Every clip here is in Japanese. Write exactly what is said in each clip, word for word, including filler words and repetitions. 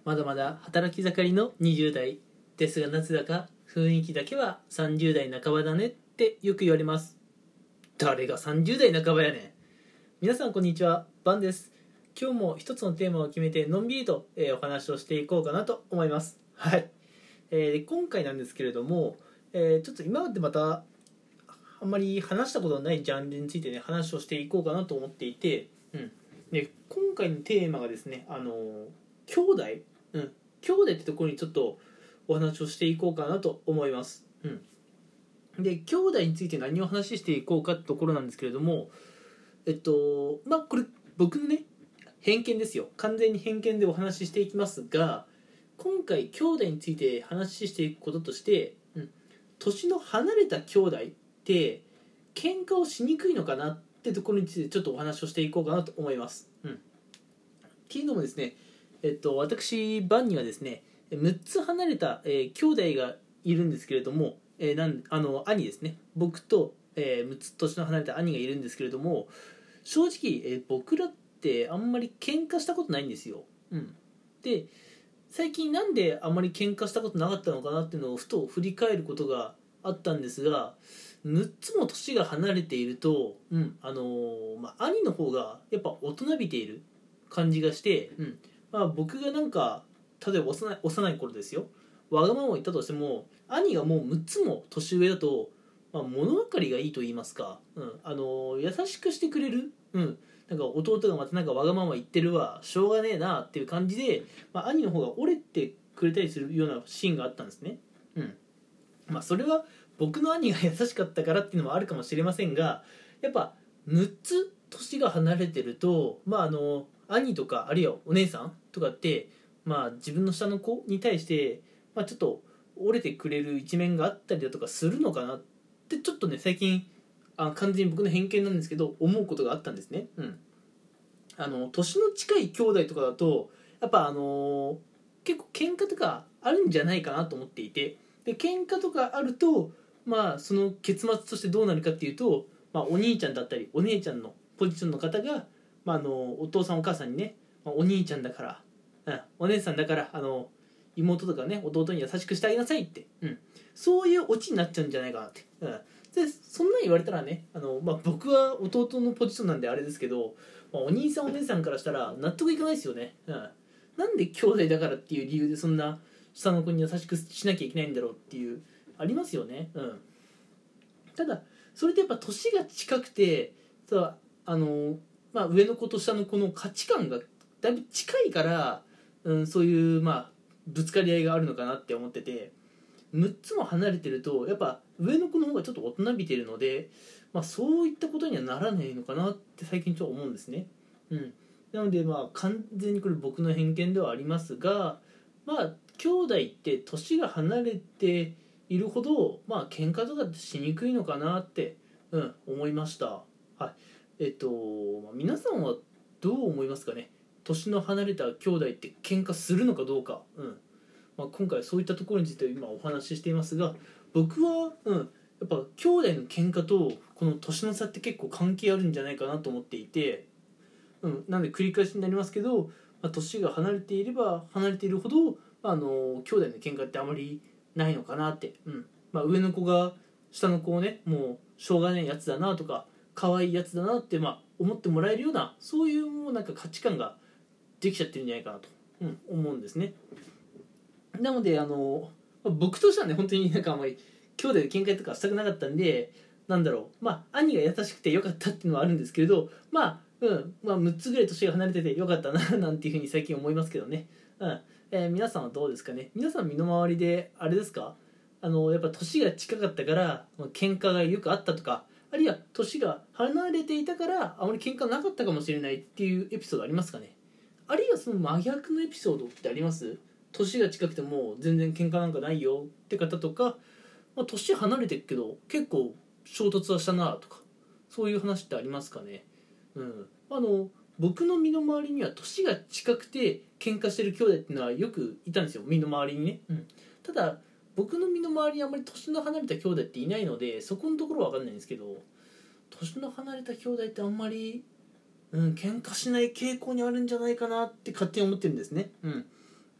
まだまだ働き盛りのにじゅう代ですが、なぜだか雰囲気だけはさんじゅう代半ばだねってよく言われます。誰がさんじゅう代半ばやねん。皆さんこんにちは、バンです。今日も一つのテーマを決めてのんびりと、えーお話をしていこうかなと思います。はい、えーで今回なんですけれども、えーちょっと今までまたあんまり話したことのないジャンルについてね話をしていこうかなと思っていて、うん、で今回のテーマがですね、あのー兄弟、うん、兄弟ってところにちょっとお話をしていこうかなと思います。うん、で兄弟について何を話していこうかってところなんですけれども、えっとまあこれ僕のね偏見ですよ。完全に偏見でお話ししていきますが、今回兄弟について話していくこととして、うん、年の離れた兄弟って喧嘩をしにくいのかなってところについてちょっとお話をしていこうかなと思います。うん、っていうのもですね、えっと、私バンにはですねむっつ離れた、えー兄弟がいるんですけれども、えーなんあの兄ですね、僕と、えーむっつ年の離れた兄がいるんですけれども、正直、えー僕らってあんまり喧嘩したことないんですよ。うん、で最近なんであんまり喧嘩したことなかったのかなっていうのをふと振り返ることがあったんですが、むっつも年が離れていると、うんあのーまあ、兄の方がやっぱ大人びている感じがして、うんまあ、僕がなんか例えば幼い幼い頃ですよ、わがままを言ったとしても兄がもうむっつも年上だと、まあ、物分かりがいいと言いますか、うんあのー優しくしてくれる、うん、なんか弟がまたなんかわがまま言ってるわしょうがねえなっていう感じで、まあ、兄の方が折れてくれたりするようなシーンがあったんですね。うんまあ、それは僕の兄が優しかったからっていうのもあるかもしれませんが、やっぱむっつ年が離れてると、まあ、あの兄とかあるいはお姉さんとかって、まあ、自分の下の子に対して、まあ、ちょっと折れてくれる一面があったりだとかするのかなってちょっとね最近あ完全に僕の偏見なんですけど思うことがあったんですね。うん、あの年の近い兄弟とかだとやっぱあの結構喧嘩とかあるんじゃないかなと思っていて、で喧嘩とかあると、まあ、その結末としてどうなるかっていうと、まあ、お兄ちゃんだったりお姉ちゃんのポジションの方が、まあ、あのお父さんお母さんにね、まあ、お兄ちゃんだから、うん、お姉さんだからあの妹とかね弟に優しくしてあげなさいって、うん、そういうオチになっちゃうんじゃないかなって、うん、でそんなん言われたらねあの、まあ、僕は弟のポジションなんであれですけど、まあ、お兄さんお姉さんからしたら納得いかないですよね。うん、なんで兄弟だからっていう理由でそんな下の子に優しくしなきゃいけないんだろうっていうありますよね。うん、ただそれってやっぱ年が近くてさあの、まあ、上の子と下の子の価値観がだいぶ近いから、うん、そういう、まあ、ぶつかり合いがあるのかなって思ってて、むっつも離れてるとやっぱ上の子の方がちょっと大人びてるので、まあ、そういったことにはならないのかなって最近ちょっと思うんですね。うん、なのでまあ完全にこれ僕の偏見ではありますが、まあ兄弟って年が離れているほどまあ喧嘩とかってしにくいのかなって、うん、思いました。はいえっと、まあ皆さんはどう思いますかね。年の離れた兄弟って喧嘩するのかどうか、うんまあ、今回はそういったところについて今お話ししていますが、僕は、うん、やっぱ兄弟の喧嘩とこの年の差って結構関係あるんじゃないかなと思っていて、うん、なので繰り返しになりますけど、まあ、年が離れていれば離れているほど、まあ、あの兄弟の喧嘩ってあまりないのかなって、うんまあ、上の子が下の子をねもうしょうがないやつだなとか可愛いやつだなって、まあ、思ってもらえるようなそういうもうなんか価値観ができちゃってるんじゃないかなと、うん、思うんですね。なのであの僕としてはね本当になんかあんまり兄弟で喧嘩とかしたくなかったんで、なんだろうまあ兄が優しくてよかったっていうのはあるんですけれど、まあうんまあむっつぐらい年が離れててよかったななんていうふうに最近思いますけどね。うんえー、皆さんはどうですかね。皆さん身の回りであれですか、あのやっぱ年が近かったから喧嘩がよくあったとか、あるいは年が離れていたからあまり喧嘩なかったかもしれないっていうエピソードありますかね。あるいはその真逆のエピソードってあります？年が近くても全然喧嘩なんかないよって方とか、まあ、年離れてるけど結構衝突はしたなとか、そういう話ってありますかね。うん、あの僕の身の回りには年が近くて喧嘩してる兄弟っていうのはよくいたんですよ、身の回りにね。うん、ただ僕の身の回りにあんまり年の離れた兄弟っていないのでそこのところは分かんないんですけど、年の離れた兄弟ってあんまり、うん、喧嘩しない傾向にあるんじゃないかなって勝手に思ってるんですね。うん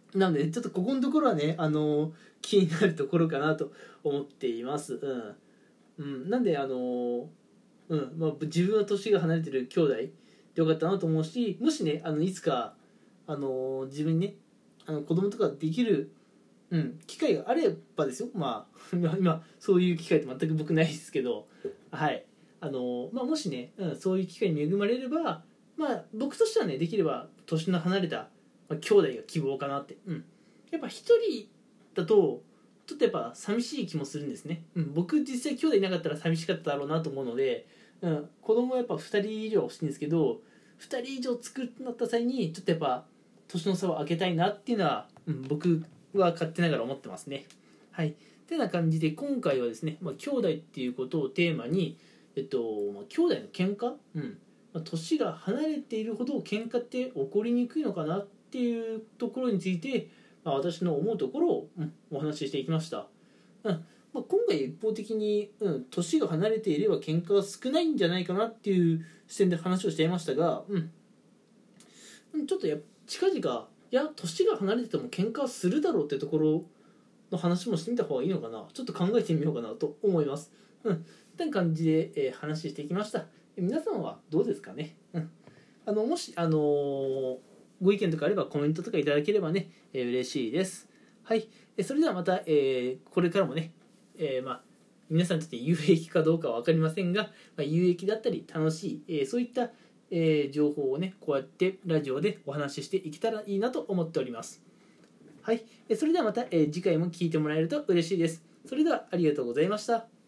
なのでちょっとここのところはね、あの気になるところかなと思っています。うん、うん、なんであの、うんまあ、自分は年が離れてる兄弟でよかったなと思うし、もしねあのいつかあの自分にねあの子供とかできる、うん、機会があればですよ。まあ今そういう機会って全く僕ないですけど、はいあの、まあ、もしね、うん、そういう機会に恵まれれば、まあ僕としてはねできれば年の離れた、まあ、兄弟が希望かなって、うん、やっぱ一人だとちょっとやっぱ寂しい気もするんですね、うん、僕実際兄弟いなかったら寂しかっただろうなと思うので、うん、子供はやっぱふたり以上欲しいんですけど、ふたり以上作るとなった際にちょっとやっぱ年の差を開けたいなっていうのは、うん、僕は勝手ながら思ってますね。はい。てな感じで今回はですね、まあ、兄弟っていうことをテーマに、えっと、まあ、兄弟の喧嘩、うんまあ、年が離れているほど喧嘩って起こりにくいのかなっていうところについて、まあ、私の思うところを、うん、お話ししていきました。うんまあ、今回一方的に、うん、年が離れていれば喧嘩が少ないんじゃないかなっていう視点で話をしていましたが、うん、ちょっとや近々いや年が離れてても喧嘩はするだろうってところの話もしてみた方がいいのかな、ちょっと考えてみようかなと思います。うん、という感じで、えー、話していきました。皆さんはどうですかね。うん、あのもし、あのー、ご意見とかあればコメントとかいただければね、えー、嬉しいです。はい、えそれではまた、えー、これからもね、えー、まあ皆さんにとって有益かどうかは分かりませんが、まあ、有益だったり楽しい、えー、そういった、えー、情報をねこうやってラジオでお話ししていけたらいいなと思っております。はい、それではまた、えー、次回も聞いてもらえると嬉しいです。それではありがとうございました。